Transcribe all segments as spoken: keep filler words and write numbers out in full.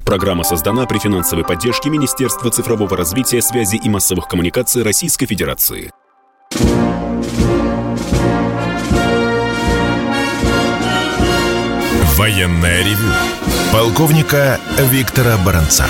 Программа создана при финансовой поддержке Министерства цифрового развития, связи и массовых коммуникаций Российской Федерации. Военное ревю полковника Виктора Баранца.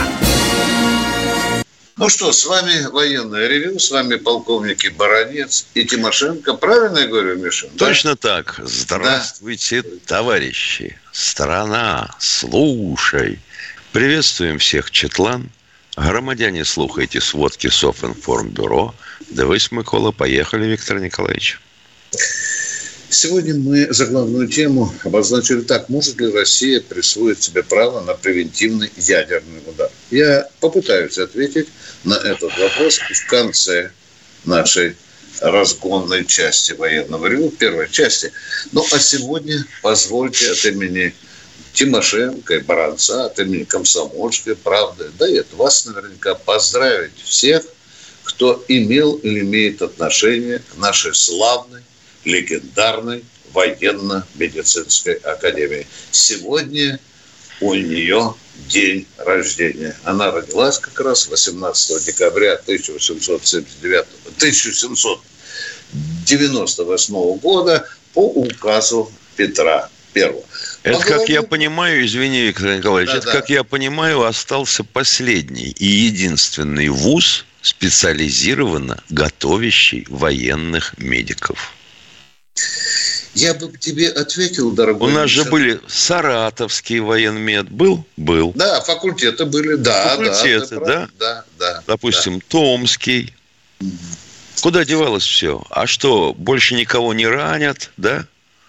Ну что, с вами военное ревю, с вами полковники Баранец и Тимошенко. Правильно я говорю, Миша? Точно да? Так. Здравствуйте, да. Товарищи. Страна, слушай. Приветствуем всех, Четлан. Громадяне, слухайте сводки Софинформбюро. Дивись, Микола, поехали, Виктор Николаевич. Сегодня мы заглавную тему обозначили так: может ли Россия присвоить себе право на превентивный ядерный удар? Я попытаюсь ответить на этот вопрос в конце нашей разгонной части военного ревю, первой части. Ну, а сегодня позвольте от имени Тимошенко и Баранца, от имени Комсомольской правды, да и от вас наверняка поздравить всех, кто имел или имеет отношение к нашей славной, легендарной военно-медицинской академии. Сегодня у нее день рождения. Она родилась как раз восемнадцатого декабря тысяча восемьсот девяносто восьмого года по указу Петра Первого. Это, Поговорим... как я понимаю, извини, Виктор Николаевич, да, это, да. как я понимаю, остался последний и единственный вуз, специализированно готовящий военных медиков. Я бы тебе ответил, дорогой. У нас Миша. же были Саратовский военмед. Был? Был. Да, факультеты были, да. Факультеты, да? Да? Да, да. Допустим, да. Томский. Угу. Куда девалось все? А что, больше никого не ранят, да?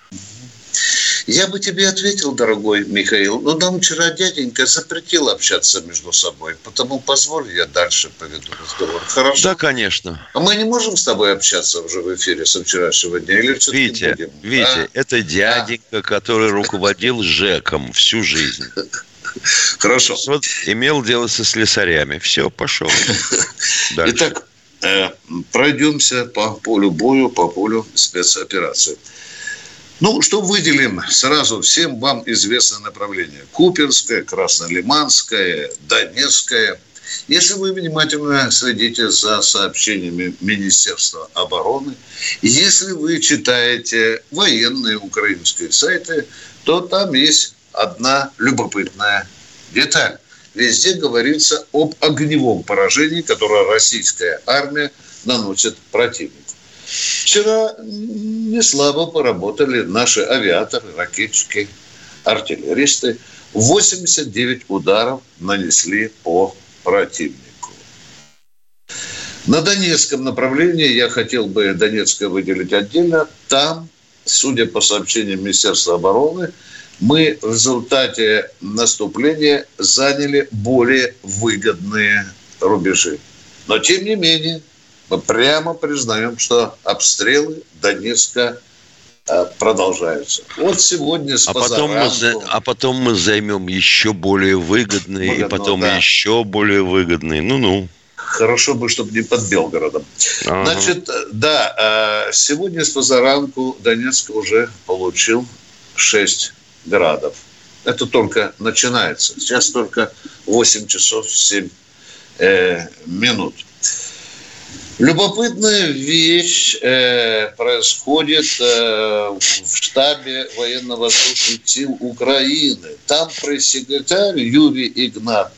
Я бы тебе ответил, дорогой Михаил, но нам вчера дяденька запретил общаться между собой, потому позволь, я дальше поведу разговор. Хорошо? Да, конечно. А мы не можем с тобой общаться уже в эфире со вчерашнего дня? Или все-таки Витя, будем? Витя, а? это дяденька, а? который руководил ЖЭКом всю жизнь. Хорошо. Вот имел дело со слесарями. Все, пошел. Дальше. Итак, э, пройдемся по полю бою, по полю спецоперации. Ну, что выделим сразу всем вам известное направление. Купенское, Краснолиманское, Донецкое. Если вы внимательно следите за сообщениями Министерства обороны, если вы читаете военные украинские сайты, то там есть одна любопытная деталь. Везде говорится об огневом поражении, которое российская армия наносит противнику. Вчера не слабо поработали наши авиаторы, ракетчики, артиллеристы. восемьдесят девять ударов нанесли по противнику. На Донецком направлении я хотел бы Донецкое выделить отдельно. Там, судя по сообщениям Министерства обороны, мы в результате наступления заняли более выгодные рубежи. Но тем не менее, мы прямо признаем, что обстрелы Донецка э, продолжаются. Вот сегодня с а потом, мы за... а потом мы займем еще более выгодные, Выгодно, и потом да. еще более выгодные. Ну-ну. Хорошо бы, чтобы не под Белгородом. Ага. Значит, да, э, сегодня с позаранку Донецк уже получил шесть градов. Это только начинается. Сейчас только восемь часов семь э, минут. Любопытная вещь э, происходит э, в штабе военно-воздушных сил Украины. Там пресс-секретарь Юрий Игнат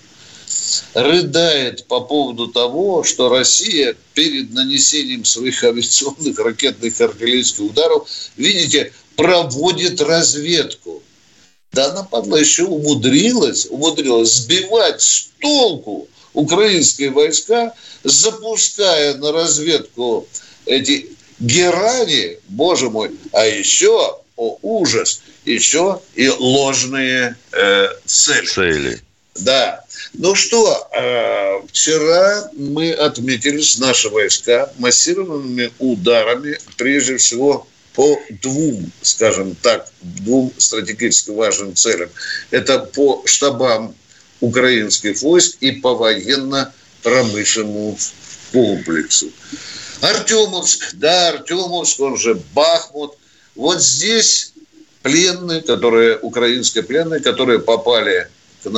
рыдает по поводу того, что Россия перед нанесением своих авиационных, ракетных, артиллерийских ударов, видите, проводит разведку. Да она, падла, еще умудрилась, умудрилась сбивать с толку украинские войска, запуская на разведку эти герани, боже мой, а еще, о ужас, еще и ложные э, цели. Цели. Да. Ну что, э, вчера мы отметились, наши войска, массированными ударами, прежде всего, по двум, скажем так, двум стратегически важным целям. Это по штабам украинских войск и по военно-промышленному комплексу. Артемовск, да, Артемовск, он же Бахмут. Вот здесь пленные, которые, украинские пленные, которые попали к нам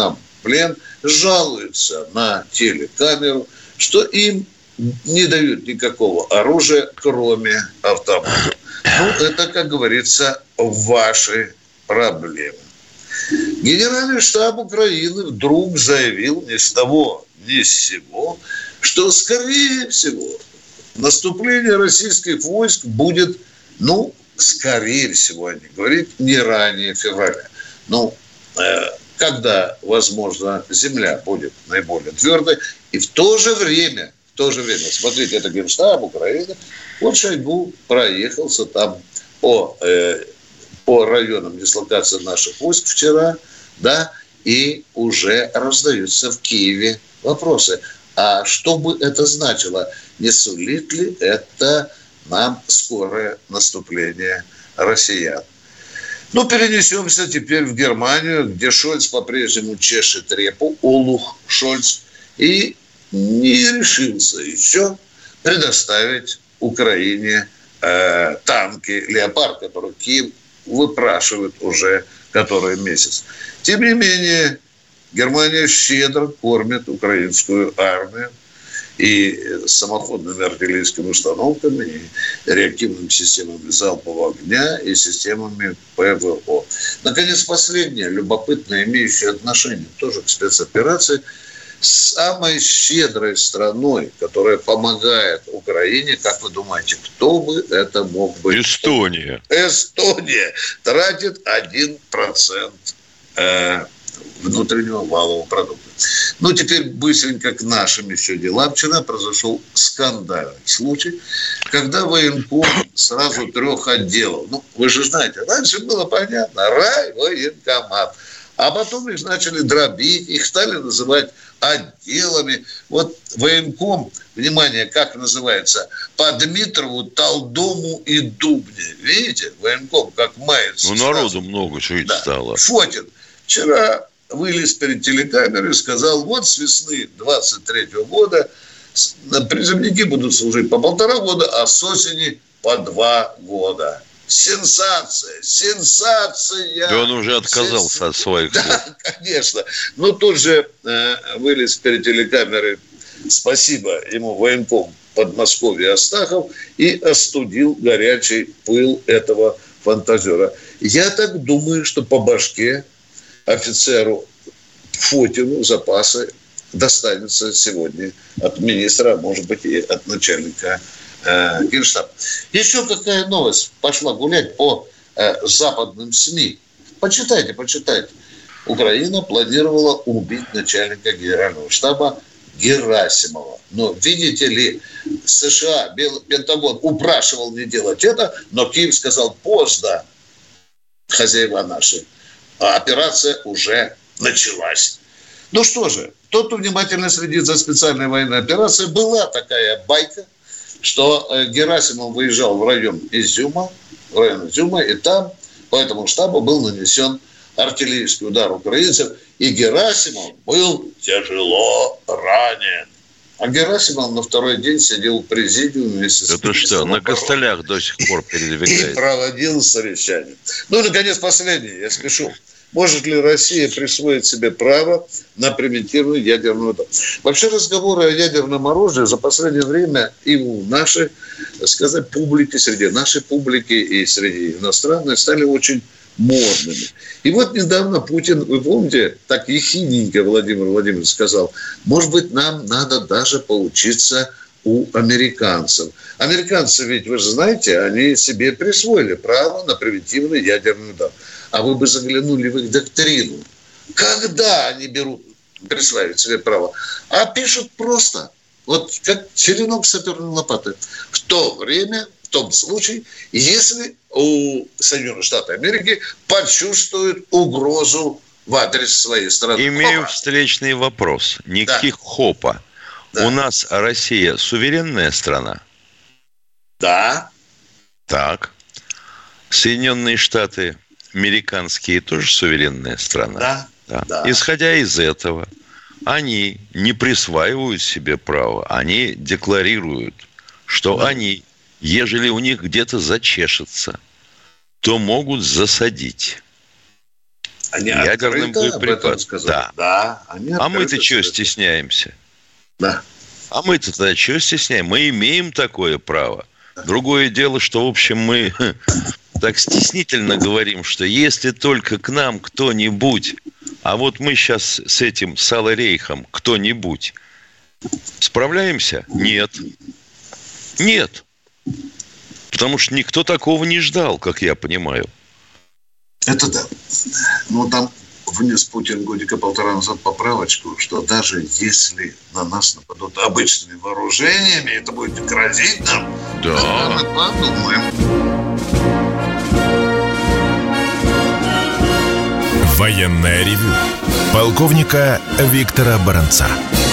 плен, жалуются на телекамеру, что им не дают никакого оружия, кроме автомата. Ну, это, как говорится, ваши проблемы. Генеральный штаб Украины вдруг заявил ни с того, ни с сего, что, скорее всего, наступление российских войск будет, ну, скорее всего, они говорят, не ранее февраля. Ну, э, когда, возможно, земля будет наиболее твердой, и в то же время, в то же время, смотрите, это Генштаб Украины, вот Шойгу проехался там по, э, по районам дислокации наших войск вчера, да, и уже раздаются в Киеве вопросы. А что бы это значило? Не сулит ли это нам скорое наступление россиян? Ну, перенесемся теперь в Германию, где Шольц по-прежнему чешет репу, Олух Шольц, и не решился еще предоставить Украине э, танки «Леопард», которые Киев выпрашивает уже который месяц. Тем не менее, Германия щедро кормит украинскую армию и самоходными артиллерийскими установками, и реактивными системами залпового огня, и системами ПВО. Наконец, последнее, любопытное, имеющее отношение тоже к спецоперации, самой щедрой страной, которая помогает Украине, как вы думаете, кто бы это мог быть? Эстония. Эстония тратит один процент э, внутреннего валового продукта. Ну, теперь быстренько к нашим еще делам. Вчера произошел скандальный случай, когда военком сразу трех отделов, ну, вы же знаете, раньше было понятно, райвоенкомат, а потом их начали дробить, их стали называть отделами. Вот военком, внимание, как называется, по Дмитрову, Талдому и Дубне. Видите, военком как мается. Ну, народу сразу много, что это да. стало. Фотин вчера вылез перед телекамерой и сказал, вот с весны двадцать третьего года призывники будут служить по полтора года, а с осени по два года. Сенсация, сенсация. Да он уже отказался Сенс... от своих слов. Да, конечно. Но тут же э, вылез перед телекамерой, спасибо ему, военком Подмосковья Астахов, и остудил горячий пыл этого фантазера. Я так думаю, что по башке офицеру Фотину запасы достанется сегодня от министра, а может быть и от начальника э, Генштаба. Еще какая новость пошла гулять по э, западным СМИ. Почитайте, почитайте. Украина планировала убить начальника генерального штаба Герасимова. Но, видите ли, США, Пентагон упрашивал не делать это, но Киев сказал, поздно, хозяева наши. А операция уже началась. Ну что же, тот, кто внимательно следит за специальной военной операцией, была такая байка, что Герасимов выезжал в район Изюма, в район Изюма, и там по этому штабу был нанесен артиллерийский удар украинцев, и Герасимов был тяжело ранен. А Герасимов на второй день сидел в президиуме вместе с... Это что, на костылях до сих пор передвигается? И проводил совещание. Ну и, наконец, последнее, я спешу. Может ли Россия присвоить себе право на превентивную ядерную удар? Вообще разговоры о ядерном оружии за последнее время и у нашей, так сказать, публики, среди нашей публики и среди иностранной стали очень модными. И вот недавно Путин, вы помните, так ехидненько Владимир Владимирович сказал, может быть, нам надо даже поучиться у американцев. Американцы ведь, вы же знаете, они себе присвоили право на превентивный ядерный удар. А вы бы заглянули в их доктрину. Когда они берут, присваивают себе право? А пишут просто, вот как черенок саперной лопаты. В то время, в том случае, если у Соединенных Штатов Америки почувствуют угрозу в адрес своей страны. Имею хопа. Встречный вопрос. Никаких да. хопа. Да. У нас Россия суверенная страна? Да. Так. Соединенные Штаты американские тоже суверенная страна? Да. Да. Да. Исходя из этого, они не присваивают себе право, они декларируют, что да. они, ежели у них где-то зачешется, то могут засадить. Они ядерным боеприпасом. Да. Да, они а мы-то что стесняемся? Да. А мы-то тогда что стесняем? Мы имеем такое право. Да. Другое дело, что, в общем, мы так стеснительно говорим, что если только к нам кто-нибудь, а вот мы сейчас с этим Саларейхом кто-нибудь справляемся? Нет. Нет. Потому что никто такого не ждал, как я понимаю. Это да. Ну, там внес Путин годика полтора назад поправочку, что даже если на нас нападут обычными вооружениями, это будет грозить нам. Да. Тогда мы подумаем. Военное ревю полковника Виктора Баранца.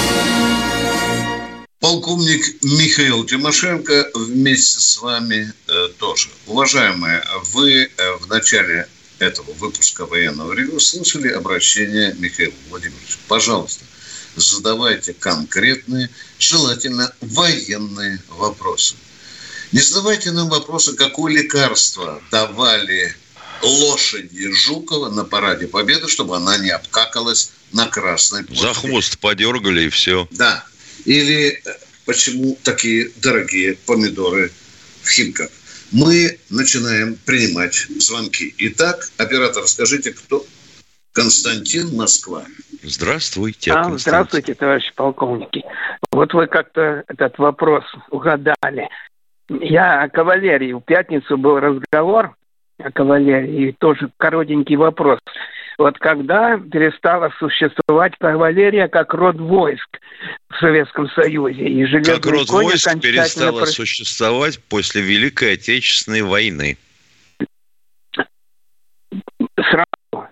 Полковник Михаил Тимошенко вместе с вами э, тоже. Уважаемые, вы э, в начале этого выпуска военного ревю слышали обращение Михаила Владимировича. Пожалуйста, задавайте конкретные, желательно военные вопросы. Не задавайте нам вопросы, какое лекарство давали лошади Жукова на параде Победы, чтобы она не обкакалась на Красной площади. За хвост подергали и все. Да. Или почему такие дорогие помидоры в Химках. Мы начинаем принимать звонки. Итак, оператор, скажите, кто? Константин, Москва. Здравствуйте, а, Здравствуйте, товарищи полковники. Вот вы как-то этот вопрос угадали. Я о кавалерии. В пятницу был разговор о кавалерии. И тоже коротенький вопрос. Вот когда перестала существовать кавалерия как род войск в Советском Союзе? И как род войск перестала про... существовать после Великой Отечественной войны? Сразу.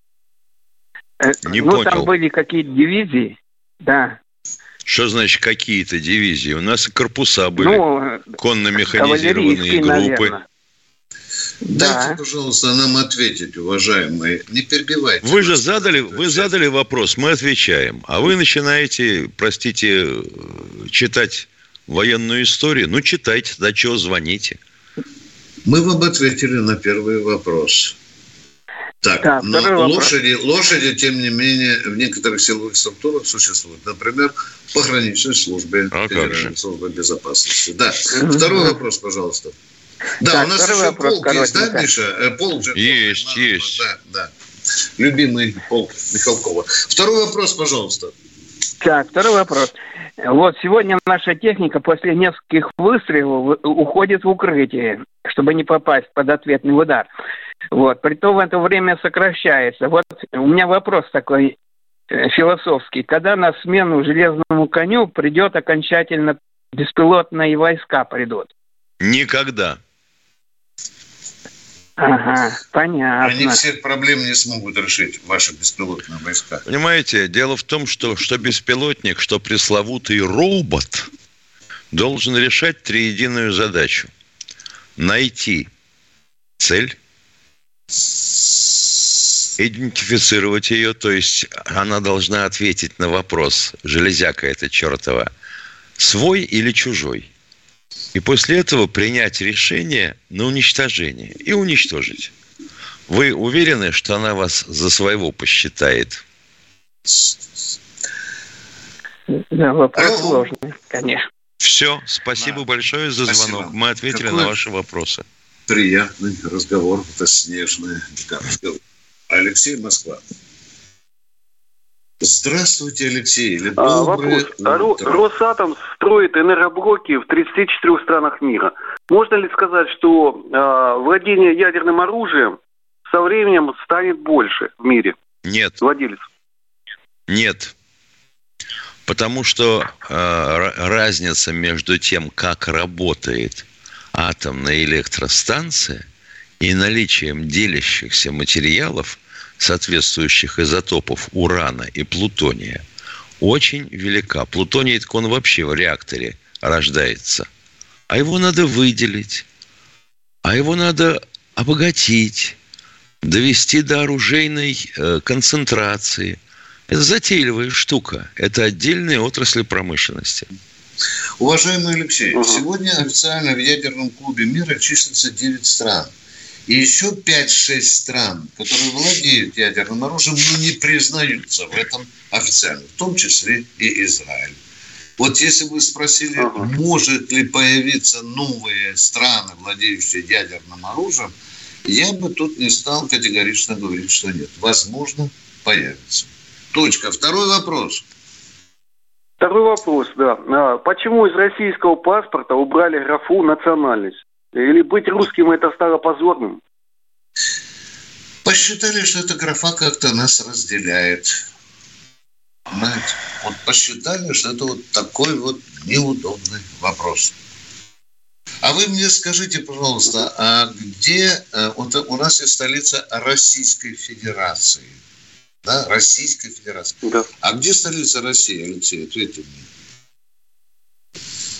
Не ну, понял. Там были какие-то дивизии, да. Что значит какие-то дивизии? У нас и корпуса были, ну, конно-механизированные группы. Наверное. Дайте, да. пожалуйста, нам ответить, уважаемые. Не перебивайте. Вы же задали, вы задали вопрос, мы отвечаем. А вы начинаете, простите, читать военную историю. Ну, читайте, до чего звоните. Мы вам ответили на первый вопрос. Так, да, но лошади, лошади, тем не менее, в некоторых силовых структурах существуют. Например, в пограничной службе, а Федеральной службы безопасности. Да. Второй вопрос, пожалуйста. Да, так, у нас еще полк есть, да, Миша? Полк же. Есть, полк, есть. Да, да. Любимый полк Михалкова. Второй вопрос, пожалуйста. Так, второй вопрос. Вот сегодня наша техника после нескольких выстрелов уходит в укрытие, чтобы не попасть под ответный удар. Вот. Притом в это время сокращается. Вот у меня вопрос такой э, философский. Когда на смену железному коню придет окончательно беспилотные войска придут? Никогда. Ага, понятно. Они всех проблем не смогут решить, ваши беспилотные войска. Понимаете, дело в том, что что беспилотник, что пресловутый робот должен решать триединую задачу. Найти цель, идентифицировать ее, то есть она должна ответить на вопрос, железяка эта чертова, свой или чужой. И после этого принять решение на уничтожение и уничтожить. Вы уверены, что она вас за своего посчитает? Да, вопрос сложный, конечно. Все, спасибо да. большое за спасибо. звонок. Мы ответили Какой на ваши вопросы. Приятный разговор. Это снежная декабрьская. Алексей, Москва. Здравствуйте, Алексей. А, вопрос. Утро. Росатом строит энергоблоки в тридцати четырёх странах мира. Можно ли сказать, что э, владение ядерным оружием со временем станет больше в мире? Нет. Владелец? Нет. Потому что э, разница между тем, как работает атомная электростанция и наличием делящихся материалов, соответствующих изотопов урана и плутония, очень велика. Плутоний, так он вообще в реакторе рождается. А его надо выделить, а его надо обогатить, довести до оружейной э, концентрации. Это затейливая штука. Это отдельная отрасль промышленности. Уважаемый Алексей, угу. сегодня официально в ядерном клубе мира числится девять стран. И еще пять-шесть стран, которые владеют ядерным оружием, но не признаются в этом официально, в том числе и Израиль. Вот если бы вы спросили, ага. может ли появиться новые страны, владеющие ядерным оружием, я бы тут не стал категорично говорить, что нет. Возможно, появится. Точка. Второй вопрос. Второй вопрос, да. Почему из российского паспорта убрали графу «национальность»? Или быть русским это стало позорным? Посчитали, что эта графа как-то нас разделяет. Понимаете? Вот посчитали, что это вот такой вот неудобный вопрос. А вы мне скажите, пожалуйста, а где... Вот у нас есть столица Российской Федерации. Да, Российской Федерации. Да. А где столица России, Алексей? Ответьте мне.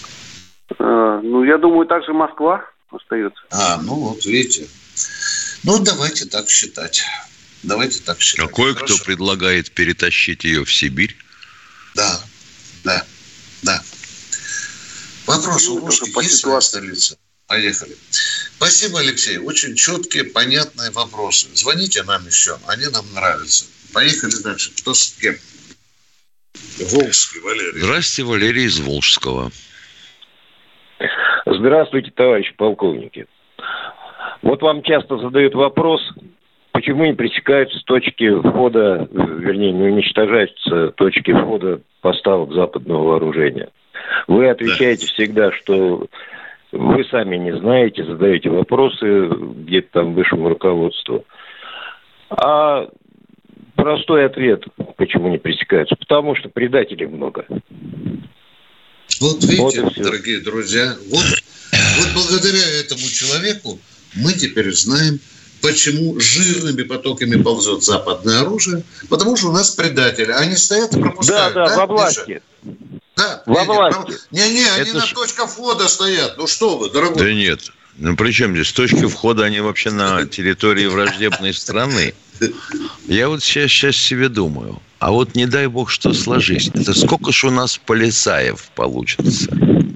А, ну, я думаю, также Москва остается. А, ну вот, видите. Ну, давайте так считать. Давайте так считать. А кое-кто предлагает перетащить ее в Сибирь. Да, да, да. Вопрос у русских есть своя столица? Поехали. Спасибо, Алексей. Очень четкие, понятные вопросы. Звоните нам еще, они нам нравятся. Поехали дальше. Кто с кем? Волжский, Валерий. Здравствуйте, Валерий из Волжского. Здравствуйте, товарищи полковники. Вот вам часто задают вопрос, почему не пресекаются точки входа, вернее, не уничтожаются точки входа поставок западного вооружения. Вы отвечаете да. всегда, что вы сами не знаете, задаете вопросы где-то там высшему руководству. А простой ответ, почему не пресекаются, потому что предателей много. Вот видите, вот дорогие друзья, вот, вот благодаря этому человеку мы теперь знаем, почему жирными потоками ползет западное оружие, потому что у нас предатели. Они стоят и пропускают. Да, да, да? во власти. Да, во видите, власти. Не-не, они Это на ж... точках входа стоят. Ну что вы, дорогой. Да нет. Ну при чем здесь? Точки входа, они вообще на территории враждебной страны. Я вот сейчас, сейчас себе думаю, а вот не дай бог, что сложись. Это сколько ж у нас полицаев получится?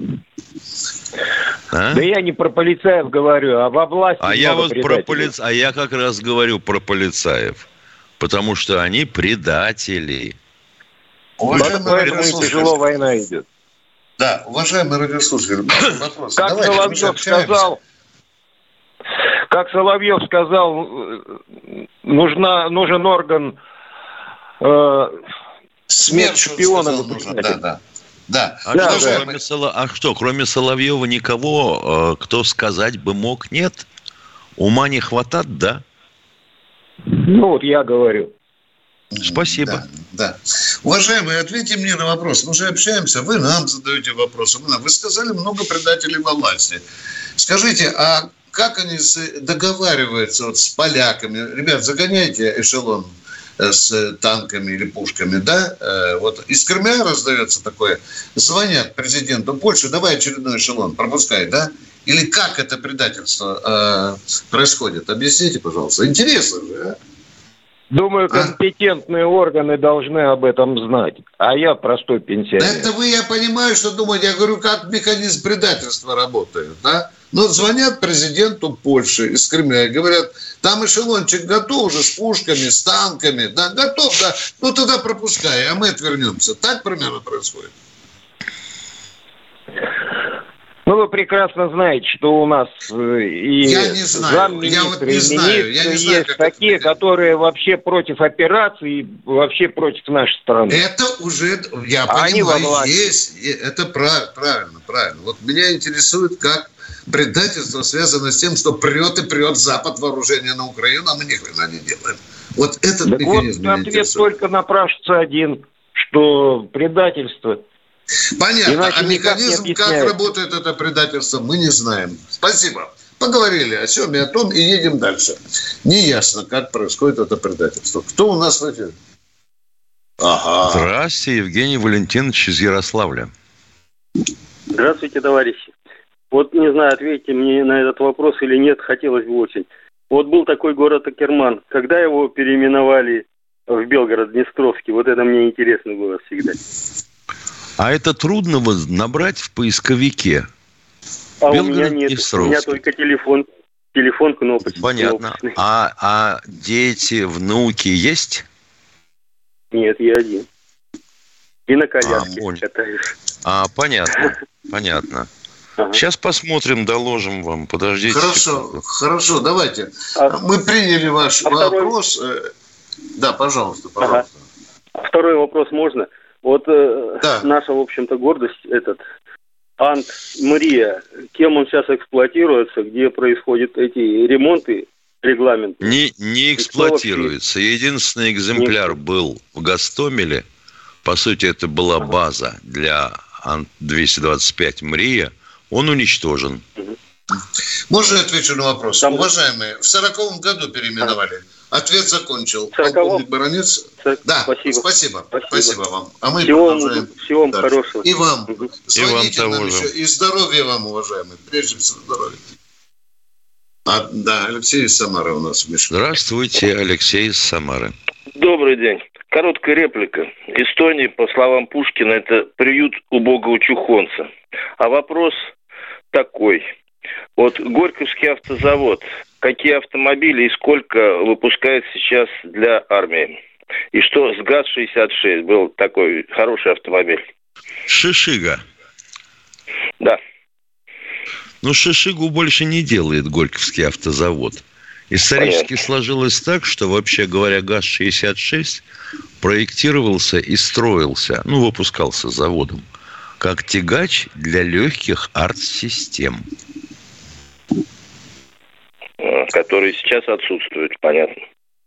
А? Да я не про полицаев говорю, а во власти. А я вот про полиц... А я как раз говорю про полицаев. Потому что они предатели. Уважаемый радиослушатель, тяжело война идет. Да, уважаемый радиослушатель, вопрос. Как Давайте, Соловьев сказал, как Соловьев сказал, нужна, нужен орган э, смерть шпиона. Да, да. Да. А, да, что, да. Кроме Соло... а что, кроме Соловьева никого, э, кто сказать бы мог, нет? Ума не хватает, да? Ну, вот я говорю. Спасибо. Да, да. Уважаемые, ответьте мне на вопрос. Мы же общаемся, вы нам задаете вопросы. Вы, нам. вы сказали много предателей во власти. Скажите, а как они договариваются вот с поляками? Ребят, загоняйте эшелон с танками или пушками, да? Вот из Кремля раздается такое. Звонят президенту Польши, давай очередной эшелон, пропускай, да? Или как это предательство э, происходит? Объясните, пожалуйста. Интересно же, а? Думаю, компетентные а? органы должны об этом знать. А я простой пенсионер. Это вы, я понимаю, что думаете. Я говорю, как механизм предательства работает, да? Но звонят президенту Польши из Кремля и говорят, там эшелончик готов уже с пушками, с танками. Да, готов, да. Ну, тогда пропускай, а мы отвернемся. Так примерно происходит. Ну, вы прекрасно знаете, что у нас и я не знаю. Я вот не знаю. Я не знаю, есть такие, которые вообще против операции и вообще против нашей страны. Это уже, я а понимаю, есть. Это правильно, правильно. Вот меня интересует, как предательство связано с тем, что прет и прет Запад вооружение на Украину, а мы ни хрена не делаем. Вот этот так механизм вот, ответ интересует. Только напрашивается один, что предательство. Понятно. Иначе а механизм, как работает это предательство, мы не знаем. Спасибо. Поговорили о сём и о том и едем дальше. Неясно, как происходит это предательство. Кто у нас в эфире? Ага. Здравствуйте, Евгений Валентинович из Ярославля. Здравствуйте, товарищи. Вот не знаю, ответьте мне на этот вопрос или нет, хотелось бы очень. Вот был такой город Акерман. Когда его переименовали в Белгород-Днестровский? Вот это мне интересно было всегда. А это трудно набрать в поисковике? А у меня нет. У меня только телефон. телефон кнопочный. Понятно. А, а дети, внуки есть? Нет, я один. И на коляске а, катаюсь. А, понятно, понятно. Ага. Сейчас посмотрим, доложим вам. Подождите. Хорошо, хорошо, давайте. А, Мы приняли ваш а вопрос. Второй... Да, пожалуйста, пожалуйста. Ага. Второй вопрос можно? Вот да. Наша, в общем-то, гордость, этот Ант Мария, кем он сейчас эксплуатируется, где происходят эти ремонты, регламенты? Не, не эксплуатируется. Единственный экземпляр Нет. был в Гостомеле. По сути, это была ага. база для Ант двести двадцать пять Мрия. Он уничтожен. Можно я отвечу на вопрос? Там... Уважаемые, в сороковом году переименовали. Ага. Ответ закончил. Полковник Баранец. Сорок... Да, спасибо. Спасибо. спасибо. Спасибо вам. А мы всего продолжаем. Всего вам хорошего. И вам. Угу. Звоните и вам нам того еще. же. И здоровья вам, уважаемые. Прежде всего, здоровья. А, да, Алексей из Самары у нас. Миша. Здравствуйте, Алексей из Самары. Добрый день. Короткая реплика. Эстония, по словам Пушкина, это приют убогого чухонца. А вопрос такой. Вот Горьковский автозавод. Какие автомобили и сколько выпускает сейчас для армии? И что с ГАЗ шестьдесят шесть был такой хороший автомобиль? Шишига. Да. Но Шишигу больше не делает Горьковский автозавод. Исторически Понятно. Сложилось так, что, вообще говоря, ГАЗ шестьдесят шесть проектировался и строился, ну, выпускался заводом, как тягач для легких арт-систем. Которые сейчас отсутствуют, понятно.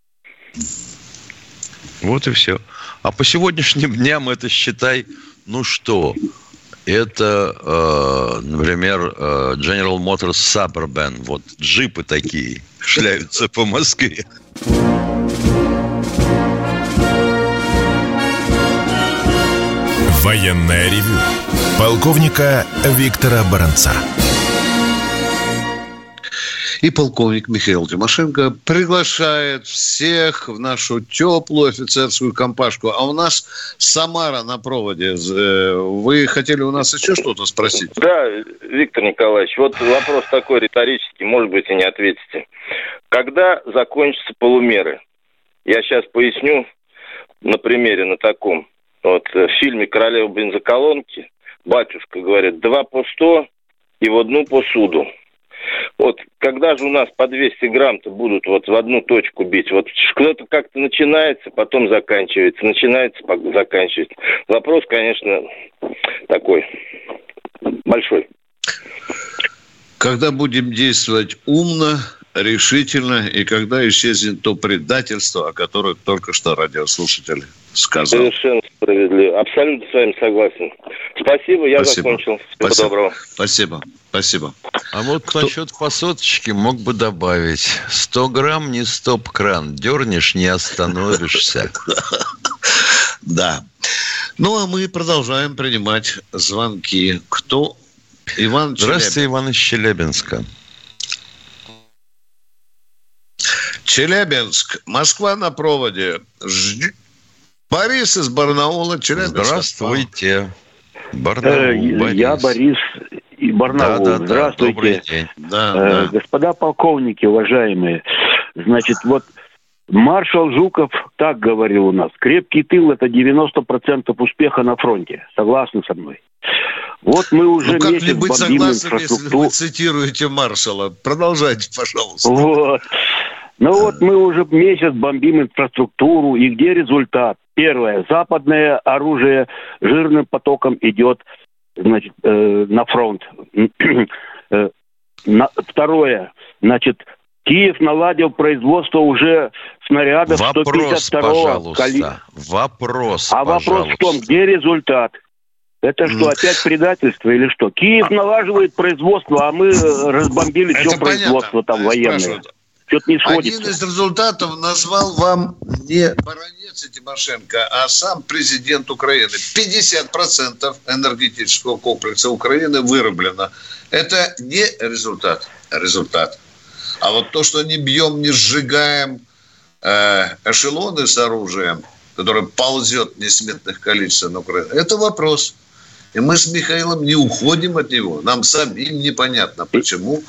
Вот и все. А по сегодняшним дням это, считай, ну что, это, э, например, э, General Motors Suburban, вот джипы такие шляются по Москве. Военное ревю полковника Виктора Баранца. И полковник Михаил Тимошенко приглашает всех в нашу теплую офицерскую компашку. А у нас Самара на проводе. Вы хотели у нас еще что-то спросить? Да, Виктор Николаевич, вот вопрос такой риторический, может быть, и не ответите. Когда закончатся полумеры? Я сейчас поясню на примере на таком. Вот в фильме «Королева бензоколонки» батюшка говорит: два по сто и в одну по суду. Вот когда же у нас по двести грамм-то будут вот в одну точку бить? Вот кто-то как-то начинается, потом заканчивается, начинается, заканчивается. Вопрос, конечно, такой большой. Когда будем действовать умно, решительно, и когда исчезнет то предательство, о котором только что радиослушатель сказал. Совершенно справедливо. Абсолютно с вами согласен. Спасибо, я Спасибо. закончил. Всего Спасибо. доброго. Спасибо. Спасибо. А вот Кто... насчет посоточки мог бы добавить: сто грамм не стоп-кран. Дернешь, не остановишься. Да. Ну, а мы продолжаем принимать звонки. Кто? Иван Челябинск. Здравствуйте, Иван из Челябинска. Челябинск. Москва на проводе. Жд... Борис из Барнаула. Челябинск. Здравствуйте. Барнаул, Борис. Я Борис и Барнаул. Да, да, Здравствуйте. Добрый день. Да, э, да. Господа полковники, уважаемые. Значит, вот маршал Жуков так говорил у нас: крепкий тыл – это девяносто процентов успеха на фронте. Согласны со мной? Вот мы уже ну, месяц бомбим инфраструктуру. Если вы цитируете маршала. Продолжайте, пожалуйста. Вот. Ну вот мы уже месяц бомбим инфраструктуру. И где результат? Первое. Западное оружие жирным потоком идет, значит, э, на фронт. э, на, второе. Значит, Киев наладил производство уже снарядов вопрос, сто пятьдесят второго калибра. Вопрос, А пожалуйста. вопрос в том, где результат? Это что, опять предательство или что? Киев налаживает производство, а мы разбомбили все производство там военное. Что-то не сходится. Один из результатов назвал вам не Баранец и Тимошенко, а сам президент Украины. пятьдесят процентов энергетического комплекса Украины вырублено. Это не результат, а результат. А вот то, что не бьем, не сжигаем э, эшелоны с оружием, которое ползет в несметных количествах на Украину, это вопрос. И мы с Михаилом не уходим от него. Нам самим непонятно, почему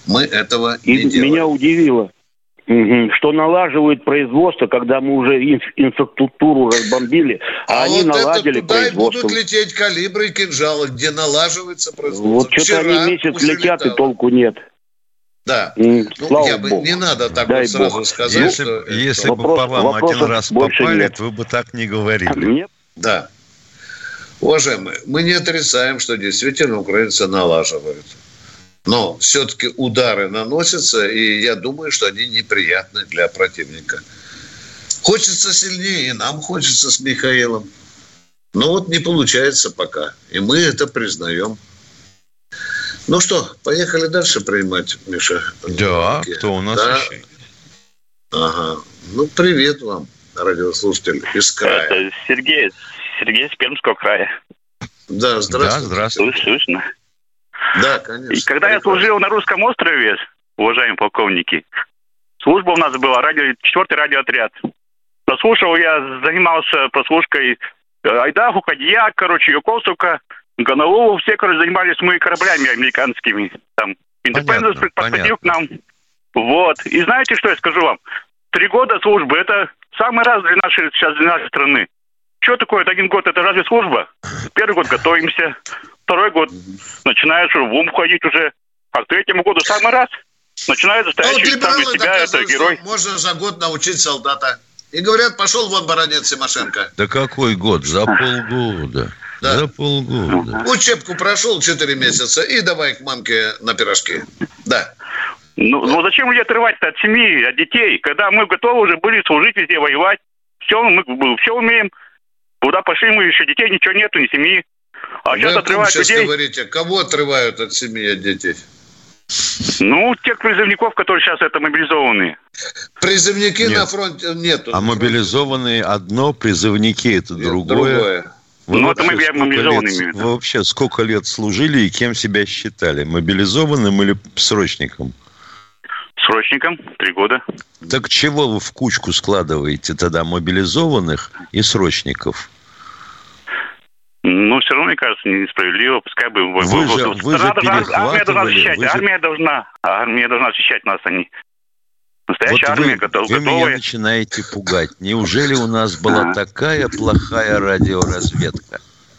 Мы этого И не делаем. Меня удивило, что налаживают производство, когда мы уже инф- инфраструктуру разбомбили, а, а они вот наладили это туда производство. И будут лететь калибры и кинжалы, где налаживается производство. Вот что-то они месяц летят, летало. И толку нет. Да. Mm, ну, я бы, не надо так вот сразу Бог. сказать, если, что... Если вопрос, бы по вам один раз попали, нет. вы бы так не говорили. Нет. Да. Уважаемые, мы не отрицаем, что действительно украинцы налаживают. Но все-таки удары наносятся, и я думаю, что они неприятны для противника. Хочется сильнее, и нам хочется с Михаилом. Но вот не получается пока. И мы это признаем. Ну что, поехали дальше принимать, Миша? Да, кто у нас да. еще? Ага. Ну, привет вам, радиослушатели из края. Это Сергей, Сергей из Пермского края. Да, здравствуйте. Да, здравствуйте. Слышно? Да, конечно. И когда я служил на Русском острове, уважаемые полковники, служба у нас была, радио, четвертый радиоотряд. Прослушал я, занимался прослушкой Айдаху, Кадьяк, короче, Юкосовка, Гонолулу, все, короче, занимались мы кораблями американскими. Там Индепенденс подходил к нам. Вот. И знаете, что я скажу вам? Три года службы – это самый раз для нашей, сейчас для нашей страны. Что такое? Это один год, это разве служба? Первый год готовимся, второй год начинаешь в ум входить уже, а к третьему году самый раз начинает настоящий а вот сам из себя, это герой. Можно за год научить солдата. И говорят, пошел вон баронец Тимошенко. Да какой год? За полгода. Да. За полгода. Учебку прошел четыре месяца и давай к мамке на пирожки. Да. Ну, ну зачем людей отрывать-то от семьи, от детей, когда мы готовы уже были служить везде, воевать. Все, мы все умеем. Куда пошли мы, еще детей ничего нету, ни семьи. А Вы сейчас отрывают сейчас людей. Говорите, кого отрывают от семьи, от детей? Ну, тех призывников, которые сейчас это мобилизованные. Призывники Нет. на фронте нету. А мобилизованные одно, призывники это Нет, другое. другое. Вы ну, это мы мобилизованные лет, вы вообще сколько лет служили и кем себя считали? Мобилизованным или срочником? Срочником, три года. Так чего вы в кучку складываете тогда мобилизованных и срочников? Ну, все равно, мне кажется, несправедливо. Пускай бы... Вы же, вы же армия должна защищать. Вы же... Армия должна. Армия должна защищать нас, они. Настоящая вот армия вы, готова. Вы меня начинаете пугать. Неужели у нас была такая плохая радиоразведка?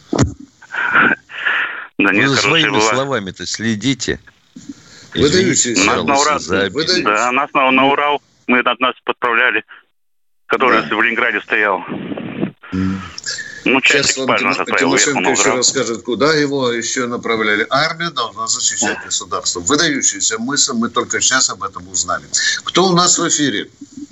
Да нет, вы за своими была. словами-то следите. Выдающиеся. Нас на Урал. Да, нас на, на Урал. Мы от нас подправляли. Который да. в Ленинграде стоял. Ну, сейчас вам Тимошенко еще расскажет, куда его еще направляли. Армия должна защищать государство. Выдающаяся мысль, мы только сейчас об этом узнали. Кто у нас в эфире?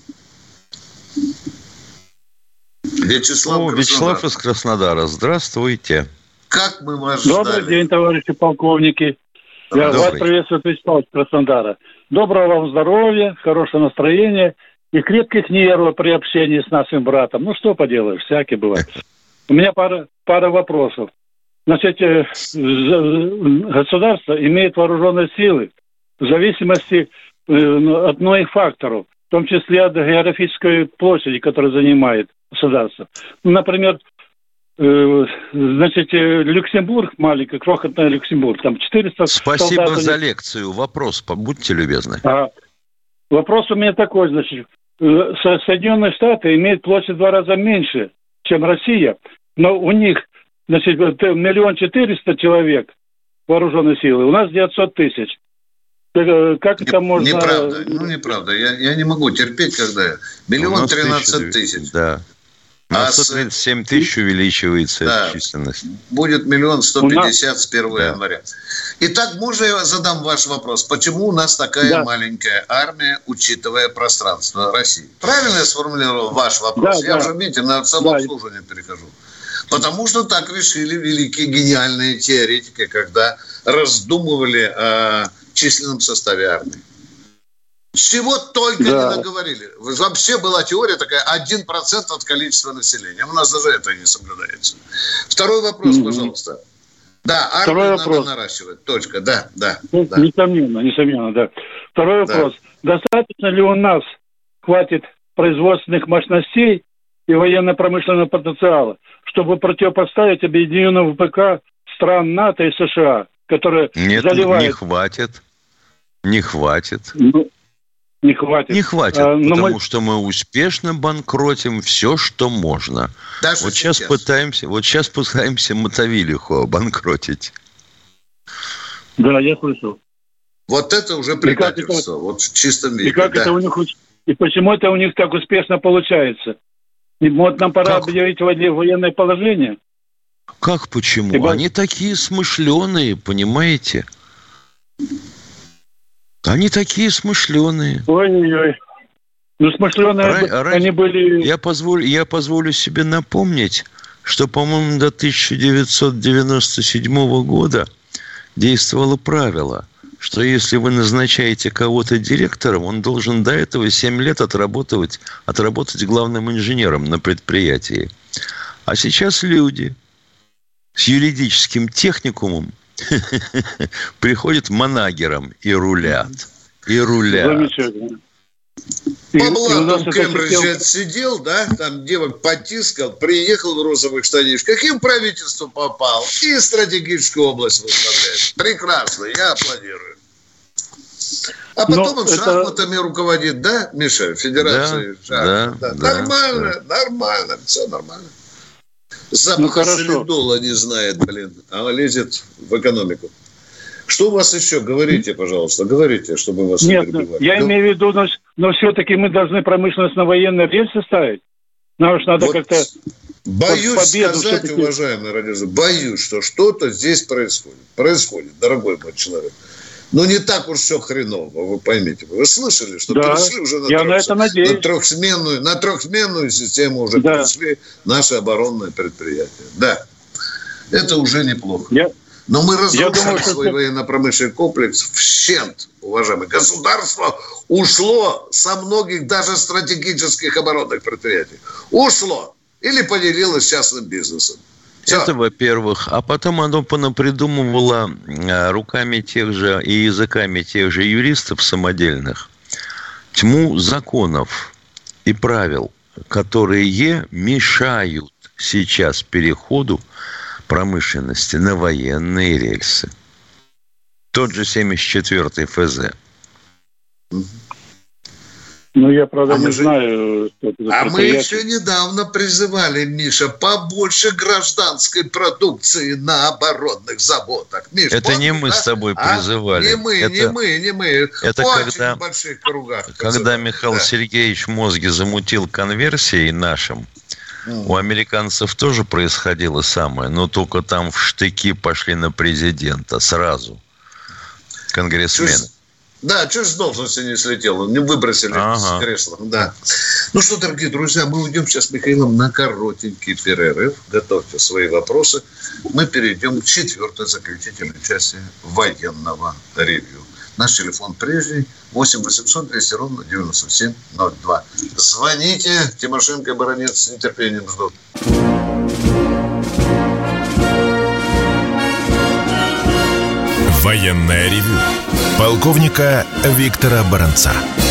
Вячеслав, О, Вячеслав из Краснодара. Здравствуйте. Как мы вас Добрый ждали? день, товарищи полковники. Я Добрый. вас приветствую, Вячеслав из Краснодара. Доброго вам здоровья, хорошего настроения и крепких нервов при общении с нашим братом. Ну, что поделаешь, всякие бывает. У меня пара, пара вопросов. Значит, государство имеет вооруженные силы в зависимости от многих факторов, в том числе от географической площади, которую занимает государство. Например, значит, Люксембург, маленький, крохотный Люксембург, там четыреста Спасибо солдат. за лекцию. Вопрос, будьте любезны. А, вопрос у меня такой, значит, Соединенные Штаты имеют площадь в два раза меньше, чем Россия, но у них, значит, миллион четыреста человек вооруженной силы, у нас девятьсот тысяч. Как не, это можно... Неправда, ну неправда. Я, я не могу терпеть, когда миллион тринадцать тысяч. Да. На а сто тридцать семь тысяч увеличивается да, численность. Будет миллион сто пятьдесят с первого да. января. Итак, можно я задам ваш вопрос? Почему у нас такая да. маленькая армия, учитывая пространство России? Правильно я сформулировал ваш вопрос? Да, я да. уже, видите, на самообслуживание да. перехожу. Потому что так решили великие гениальные теоретики, когда раздумывали о численном составе армии. Чего только да. не наговорили. Вообще была теория такая, один процент от количества населения. У нас даже это не соблюдается. Второй вопрос, mm-hmm. пожалуйста. Да, армию надо вопрос. наращивать. Точка, да, да, ну, да. Несомненно, несомненно, да. Второй да. вопрос. Достаточно ли у нас хватит производственных мощностей и военно-промышленного потенциала, чтобы противопоставить объединенному ВПК стран НАТО и США, которые Нет, заливают... не хватит. Не хватит. Ну, не хватит. Не хватит, а, потому мы... что мы успешно банкротим все, что можно. Даже вот сейчас. сейчас пытаемся, вот сейчас пытаемся Мотовилиху обанкротить. Да, я слышал. Вот это уже предательство, вот в чистом виде. И как да. это у них, и почему это у них так успешно получается? И вот нам пора как? объявить военное положение. Как почему? Ибо... Они такие смышленые, понимаете? Они такие смышленые. Ой-ой-ой. Ну, смышленые Ра- они были... Я позволю, я позволю себе напомнить, что, по-моему, до тысяча девятьсот девяносто седьмого года действовало правило, что если вы назначаете кого-то директором, он должен до этого семь лет отработать, отработать главным инженером на предприятии. А сейчас люди с юридическим техникумом приходят манагером и рулят. И рулят. Замечательно. По блату Кембриджа сидел, да, там девок потискал, приехал в розовых штанишках, и в правительство попал, и стратегическую область возглавляет. Прекрасно, я аплодирую. А потом Но он это... шахматами руководит, да, Миша, Федерацией да, шахмат. Да, да. Нормально, да. нормально, все нормально. Запаха ну, солидола не знает, блин, а лезет в экономику. Что у вас еще? Говорите, пожалуйста, говорите, чтобы вас Нет, не перебивали. Я ну, имею в виду, но, но все-таки мы должны промышленность на военные рельсы ставить. Нам же надо вот как-то... Боюсь победу сказать, все-таки... уважаемый радиослушатель, боюсь, что что-то здесь происходит. Происходит, дорогой мой человек. Но не так уж все хреново, вы поймите. Вы слышали, что да, перешли уже на, я трех... на, это надеюсь. на, трехсменную, на трехсменную систему уже да. перешли наши оборонные предприятия. Да, это уже неплохо. Я... Но мы разрушили свой что... военно-промышленный комплекс в щент, уважаемые. Государство ушло со многих даже стратегических оборонных предприятий. Ушло. Или поделилось частным бизнесом. Все. Это, во-первых. А потом оно понапридумывало руками тех же и языками тех же юристов самодельных тьму законов и правил, которые мешают сейчас переходу промышленности на военные рельсы. Тот же семьдесят четвёртый эф зэ. Ну, я, правда, а не мы знаю. Что это за а мы еще недавно призывали, Миша, побольше гражданской продукции на оборонных заводах. Миш, это помнишь, не мы да? с тобой призывали. А? Не мы, это, не мы, не мы. Это в когда, очень больших кругах. Когда Михаил да. Сергеевич мозги замутил конверсией нашим, mm. у американцев тоже происходило самое, но только там в штыки пошли на президента сразу. Конгрессмены. Да, чуть с должности не слетел, не выбросили ага. с кресла. Да. Ну что, дорогие друзья, мы уйдем сейчас с Михаилом на коротенький перерыв. Готовьте свои вопросы. Мы перейдем к четвертой заключительной части военного ревью. Наш телефон прежний восемь восемьсот двести ровно девяносто семь ноль два. Звоните. Тимошенко и Баранец с нетерпением ждут. Военное ревю полковника Виктора Баранца.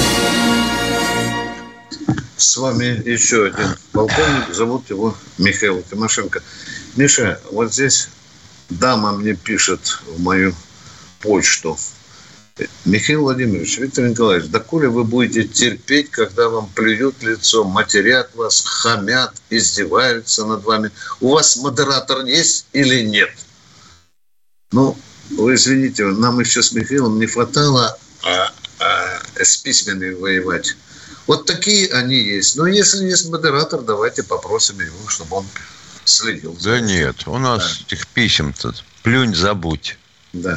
С вами еще один полковник. Зовут его Михаил Тимошенко. Миша, вот здесь дама мне пишет в мою почту. Михаил Владимирович, Виктор Николаевич, доколе вы будете терпеть, когда вам плюют лицо, матерят вас, хамят, издеваются над вами? У вас модератор есть или нет? Ну, вы извините, нам еще с Михаилом не хватало а, а, с письменными воевать. Вот такие они есть. Но если есть модератор, давайте попросим его, чтобы он следил. Да нет, у нас да. этих писем-то плюнь, забудь. Да.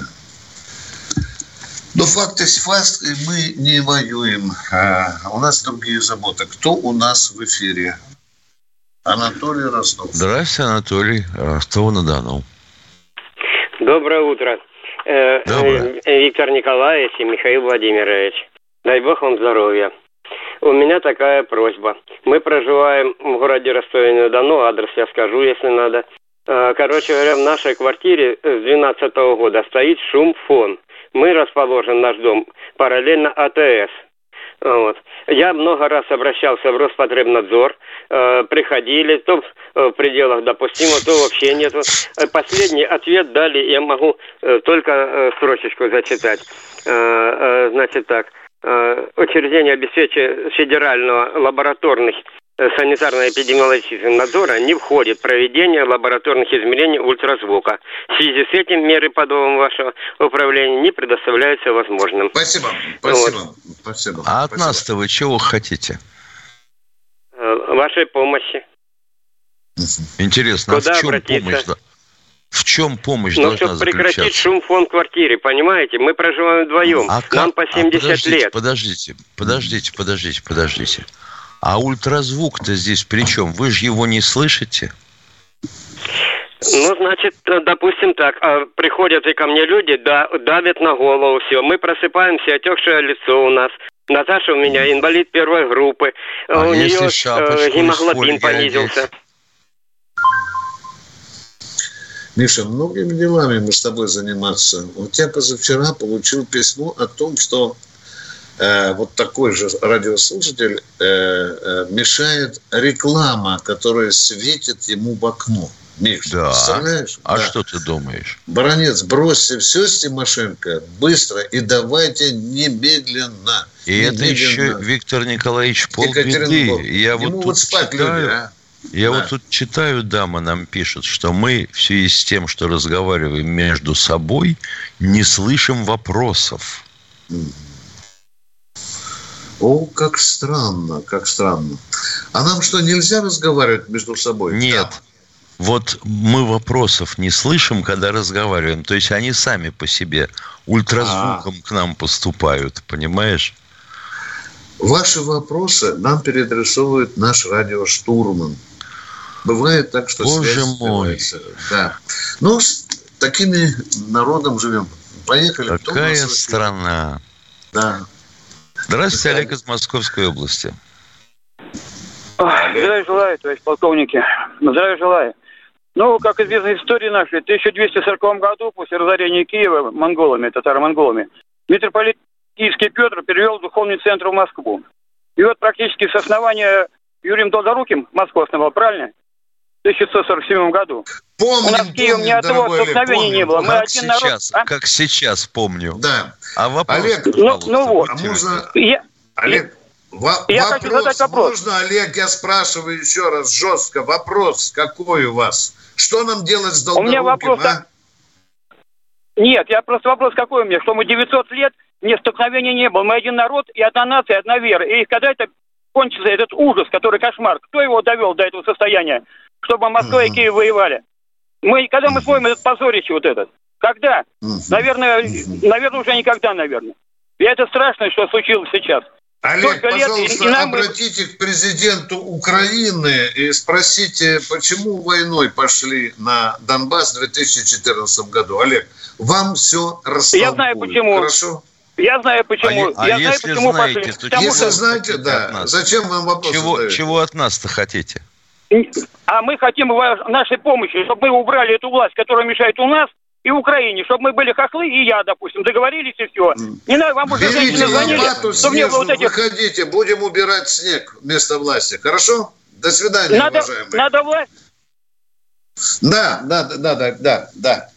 Но факт есть факт, мы не воюем. А у нас другие заботы. Кто у нас в эфире? Анатолий Ростов. Здравствуйте, Анатолий. Ростов-на-Дону. Доброе утро. Доброе. Виктор Николаевич и Михаил Владимирович. Дай бог вам здоровья. У меня такая просьба. Мы проживаем в городе Ростове-на-Дону, адрес я скажу, если надо. Короче говоря, в нашей квартире с двенадцатого года стоит шум-фон. Мы расположен, наш дом, параллельно АТС. Вот. Я много раз обращался в Роспотребнадзор, э, приходили, то в пределах допустимого, то вообще нет. Последний ответ дали, я могу э, только э, строчечку зачитать. Э, э, значит так, э, учреждение обеспечения федерального лабораторных санитарно-эпидемиологического надзора не входит проведение лабораторных измерений ультразвука. В связи с этим меры по домам вашего управления не предоставляются возможным. Спасибо. Спасибо. Вот. Спасибо. А от Спасибо. нас-то вы чего хотите? Вашей помощи. Интересно, Куда а в чем обратиться? помощь? В чем помощь Ну, должна чтобы заключаться? прекратить шум в фон квартире, понимаете? Мы проживаем вдвоем. А Нам как? по семьдесят а подождите, лет. Подождите, подождите, подождите, подождите. А ультразвук-то здесь при чем? Вы же его не слышите? Ну, значит, допустим так, приходят и ко мне люди, да, давят на голову, все. Мы просыпаемся, отекшее лицо у нас. Наташа у меня инвалид первой группы. А у если нее шапочку гемоглобин из фольги понизился. одеть? Миша, многими делами мы с тобой заниматься. У тебя позавчера получил письмо о том, что э, вот такой же радиослушатель э, э, мешает реклама, которая светит ему в окно. Миш, да. Представляешь? А да. что ты думаешь? Баронец, бросьте все с Тимошенко быстро и давайте немедленно. И немедленно. это еще, Виктор Николаевич, полбеды. Я Ему вот вот тут спать читаю, люди, а? Я да. вот тут читаю, дама нам пишет, что мы в связи с тем, что разговариваем между собой, не слышим вопросов. О, как странно, как странно. А нам что, нельзя разговаривать между собой? Нет. Да. Вот мы вопросов не слышим, когда разговариваем. То есть они сами по себе ультразвуком А-а-а. к нам поступают, понимаешь? Ваши вопросы нам переадресовывает наш радиоштурман. Бывает так, что Боже связь мой. Да. Ну, с такими народом живем. Поехали. Какая страна. Да. Здравствуйте, Олег из Московской области. Здравия желаю, товарищ полковники. Здравия желаю. Ну, как известно из истории нашей, в тысяча двести сороковом году, после разорения Киева монголами, татаро-монголами, митрополит Киевский Петр перевел духовный центр в Москву. И вот практически с основания Юрием Долгоруким Москву основал, правильно? В тысяча девятьсот сорок седьмом году. Помним, У нас в Киеве помним, ни одного столкновения помним, не было. Мы как один сейчас, народ... А? Как сейчас помню. Да. А вопрос, Олег, ну, ну вот. А можно... Я... Олег, во- я вопрос. хочу задать вопрос. Можно, Олег, я спрашиваю еще раз жестко. Вопрос какой у вас? Что нам делать с Долгоруким, У меня вопрос... а? Нет, я просто вопрос какой у меня, что мы девятьсот лет, ни столкновения не было. Мы один народ и одна нация, одна вера. И когда это кончится, этот ужас, который кошмар, кто его довел до этого состояния, чтобы Москва uh-huh. и Киев воевали? Мы, когда мы смоем этот позорище вот этот? Когда? Uh-huh. Наверное, uh-huh. наверное, уже никогда, наверное. И это страшно, что случилось сейчас. Олег, Столько пожалуйста, лет, и нам... обратитесь к президенту Украины и спросите, почему войной пошли на Донбасс в две тысячи четырнадцатом году. Олег, вам все растолкуют. Я знаю, почему. Хорошо? Я знаю, почему. А, я а знаю, если почему знаете, пошли. то Потому если что... знаете, да. Зачем вам вопрос чего, задаете? чего от нас-то хотите? А мы хотим нашей помощи, чтобы мы убрали эту власть, которая мешает у нас и в Украине, чтобы мы были хохлы, и я, допустим, договорились, и все. Не надо, вам уже женщины звонили, чтобы не было вот этих... Выходите, будем убирать снег вместо власти. Хорошо? До свидания, надо, уважаемые. Надо власть? Да, да, да, да, да, да.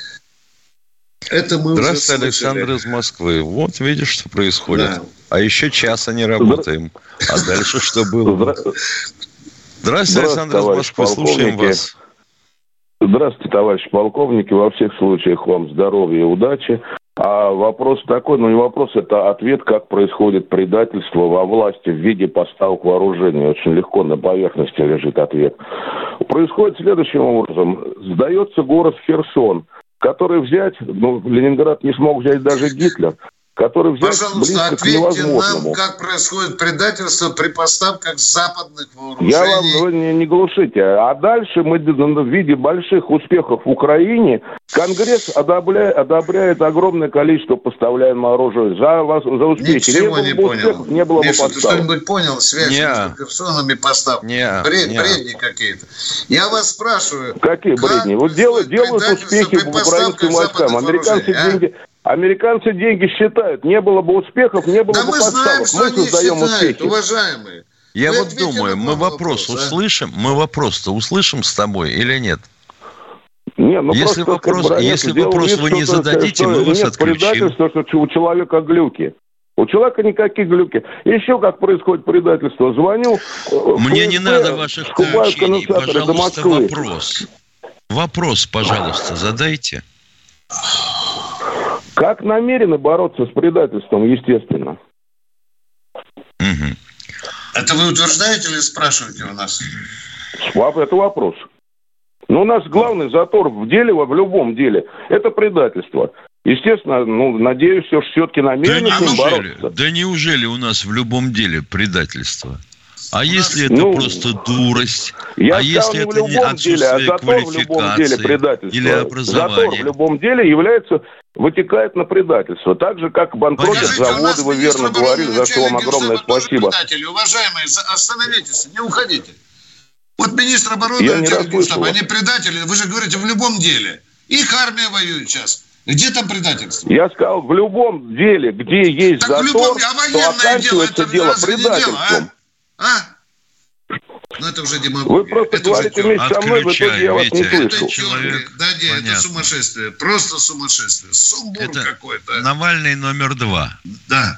Это мы Здравствуйте, уже Александр из Москвы. Вот видишь, что происходит. Да. А еще часа не работаем. А дальше что было? Здравствуйте, Александр из Москвы. Слушаем вас. Здравствуйте, товарищи полковники. Во всех случаях вам здоровья и удачи. А вопрос такой, ну не вопрос, это ответ, как происходит предательство во власти в виде поставок вооружения. Очень легко на поверхности лежит ответ. Происходит следующим образом. Сдается город Херсон, который взять, ну, Ленинград не смог взять даже Гитлер, который взять Пожалуйста, близко к ответьте невозможному. нам, как происходит предательство при поставках западных вооружений. Я вам вы не, не глушите. А дальше мы в виде больших успехов в Украине Конгресс одобряет, одобряет огромное количество поставляемого оружия за, за успехи. Ничего не, не было понял. Успехов, не было Миша, бы ты поставок. что-нибудь понял? Связь между Херсоном и поставками? Не, Бред, не. Бредни какие-то. Я вас спрашиваю. Какие бредни? Вот делают, делают успехи в украинским войскам. Американцы деньги... Американцы деньги считают. Не было бы успехов, не было да бы мы поставок. Знаем, мы создаем считают, успехи. Уважаемые. Я вот думаю, мы вопрос, вопрос услышим, а? мы вопрос-то услышим с тобой или нет? Не, ну если просто, вопрос, как бы, если нет, вопрос вы не зададите, мы вас нет отключим. Предательство, что у человека глюки. У человека никакие глюки. Еще как происходит предательство. Звоню. Мне ФСБ, не надо ваших включений. Пожалуйста, вопрос. Вопрос, пожалуйста, задайте. Как намерены бороться с предательством, естественно? Угу. Это вы утверждаете или спрашиваете у нас? Это вопрос. Но у нас главный затор в деле, в любом деле, это предательство. Естественно, ну, надеюсь, что все-таки намерены да с ним неужели, бороться. Да неужели у нас в любом деле предательство? А у если нас, это ну, просто дурость? Я а сказал, если не это в любом деле, а затор в любом деле предательство. Или образование? Затор в любом деле является, вытекает на предательство. Так же, как банкротят заводы, вы верно говорили, за что вам огромное спасибо. Уважаемые, остановитесь, не уходите. Вот министр обороны, Я не Генштаба, они предатели, вы же говорите, в любом деле. Их армия воюет сейчас. Где там предательство? Я сказал, в любом деле, где есть так затор, любом... а то оканчивается дело, дело предательством. А? а? Ну, это уже демагогия. Вы просто это говорите вместе со мной, в итоге я вас не слышу. Это человек, да, нет, Понятно. Это сумасшествие. Просто сумасшествие. Сумбур это какой-то. Навальный номер два. Да.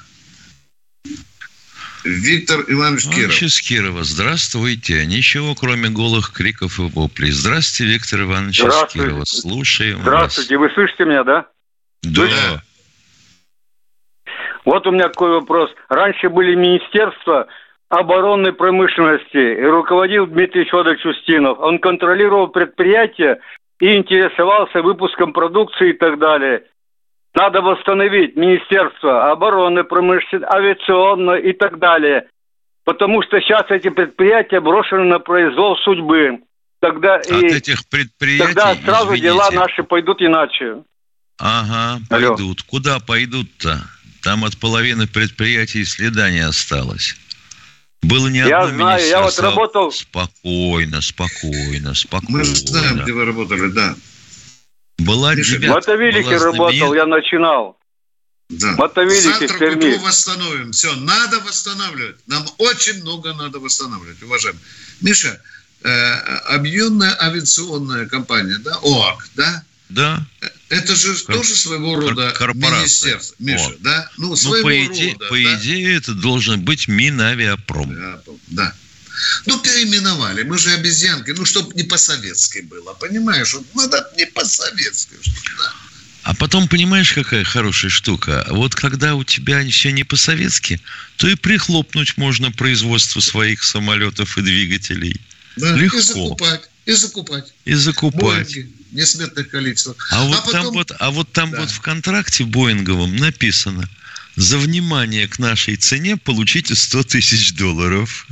Виктор Иванович Киров. Иванович из Кирова. Здравствуйте. Ничего, кроме голых криков и воплей. Здравствуйте, Виктор Иванович из Кирова. Слушаем Здравствуйте. вас. Вы слышите меня, да? Да. да. Вот у меня такой вопрос. Раньше были министерства оборонной промышленности, и руководил Дмитрий Федорович Устинов. Он контролировал предприятия и интересовался выпуском продукции и так далее. Надо восстановить Министерство обороны, промышленности, авиационное и так далее. Потому что сейчас эти предприятия брошены на произвол судьбы. Тогда От и этих предприятий, тогда сразу извините. дела наши пойдут иначе. Ага, Алло. пойдут. Куда пойдут-то? Там от половины предприятий следа не осталось. Было не я одно знаю, я вот работал... Спокойно, спокойно, спокойно. Мы знаем, где вы работали, да. Была, ребят, в Мотовилике работал, я начинал. Да. Мотовилике в Перми. Завтра восстановим. Все, надо восстанавливать. Нам очень много надо восстанавливать, уважаемые. Миша, э, объемная авиационная компания, да, ОАК, да? Да. Это же Кор- тоже своего рода министерство, Миша, О. да? Ну, своего ну, по идее, рода. По да? идее, это должен быть Минавиапром. Да. Ну, переименовали. Мы же обезьянки. Ну, чтобы не по-советски было. Понимаешь? Вот надо не по-советски. Да. А потом, понимаешь, какая хорошая штука? Вот когда у тебя все не по-советски, то и прихлопнуть можно производство своих самолетов и двигателей. Да, легко. И закупать. И закупать. И закупать. Боинги несметных количествах. А, а вот потом... там, вот, а вот, там да. вот в контракте боинговом написано: за внимание к нашей цене получите сто тысяч долларов.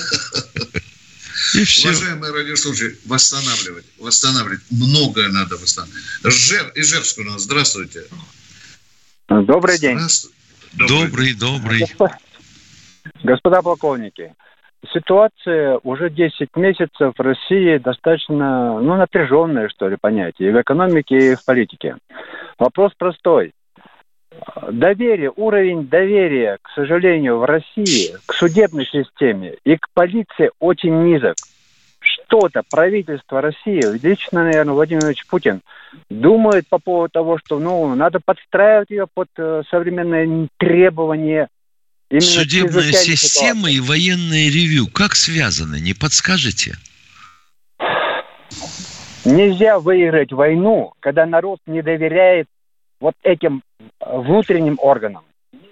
И все. Уважаемые радиослушатели, восстанавливать, восстанавливать. Многое надо восстанавливать. Жер, Ижевск у нас. Здравствуйте. Добрый день. Добрый, добрый. Господа, господа полковники, ситуация уже десять месяцев в России достаточно, ну, напряженная, что ли, понятие, и в экономике, и в политике. Вопрос простой. Доверие, уровень доверия, к сожалению, в России к судебной системе и к полиции очень низок. Что-то правительство России, лично, наверное, Владимир Владимирович Путин, думает по поводу того, что, ну, надо подстраивать ее под э, современные требования. Судебная система ситуации. И военное ревью как связаны, не подскажете? Нельзя выиграть войну, когда народ не доверяет вот этим внутренним органам.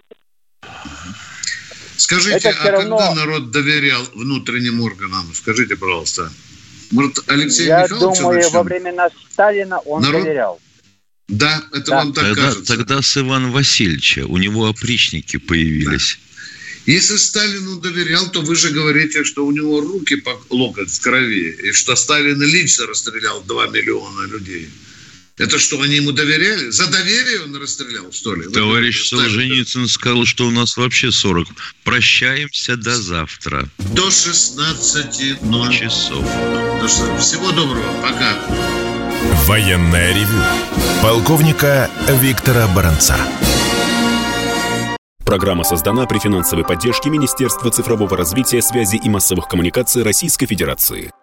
Скажите, а равно... когда народ доверял внутренним органам? Скажите, пожалуйста. Может, Алексей Я Михайлович думаю, начнем? Во времена Сталина он народ... доверял. Да, это да. вам так тогда, кажется. Тогда с Ивана Васильевича. У него опричники появились. Да. Если Сталину доверял, то вы же говорите, что у него руки по локоть в крови, и что Сталин лично расстрелял два миллиона людей. Это что, они ему доверяли? За доверие он расстрелял, что ли? Товарищ Солженицын сказал, что у нас вообще сорок. Прощаемся до завтра. До шестнадцати часов. Всего доброго. Пока. Военное ревю полковника Виктора Баранца. Программа создана при финансовой поддержке Министерства цифрового развития, связи и массовых коммуникаций Российской Федерации.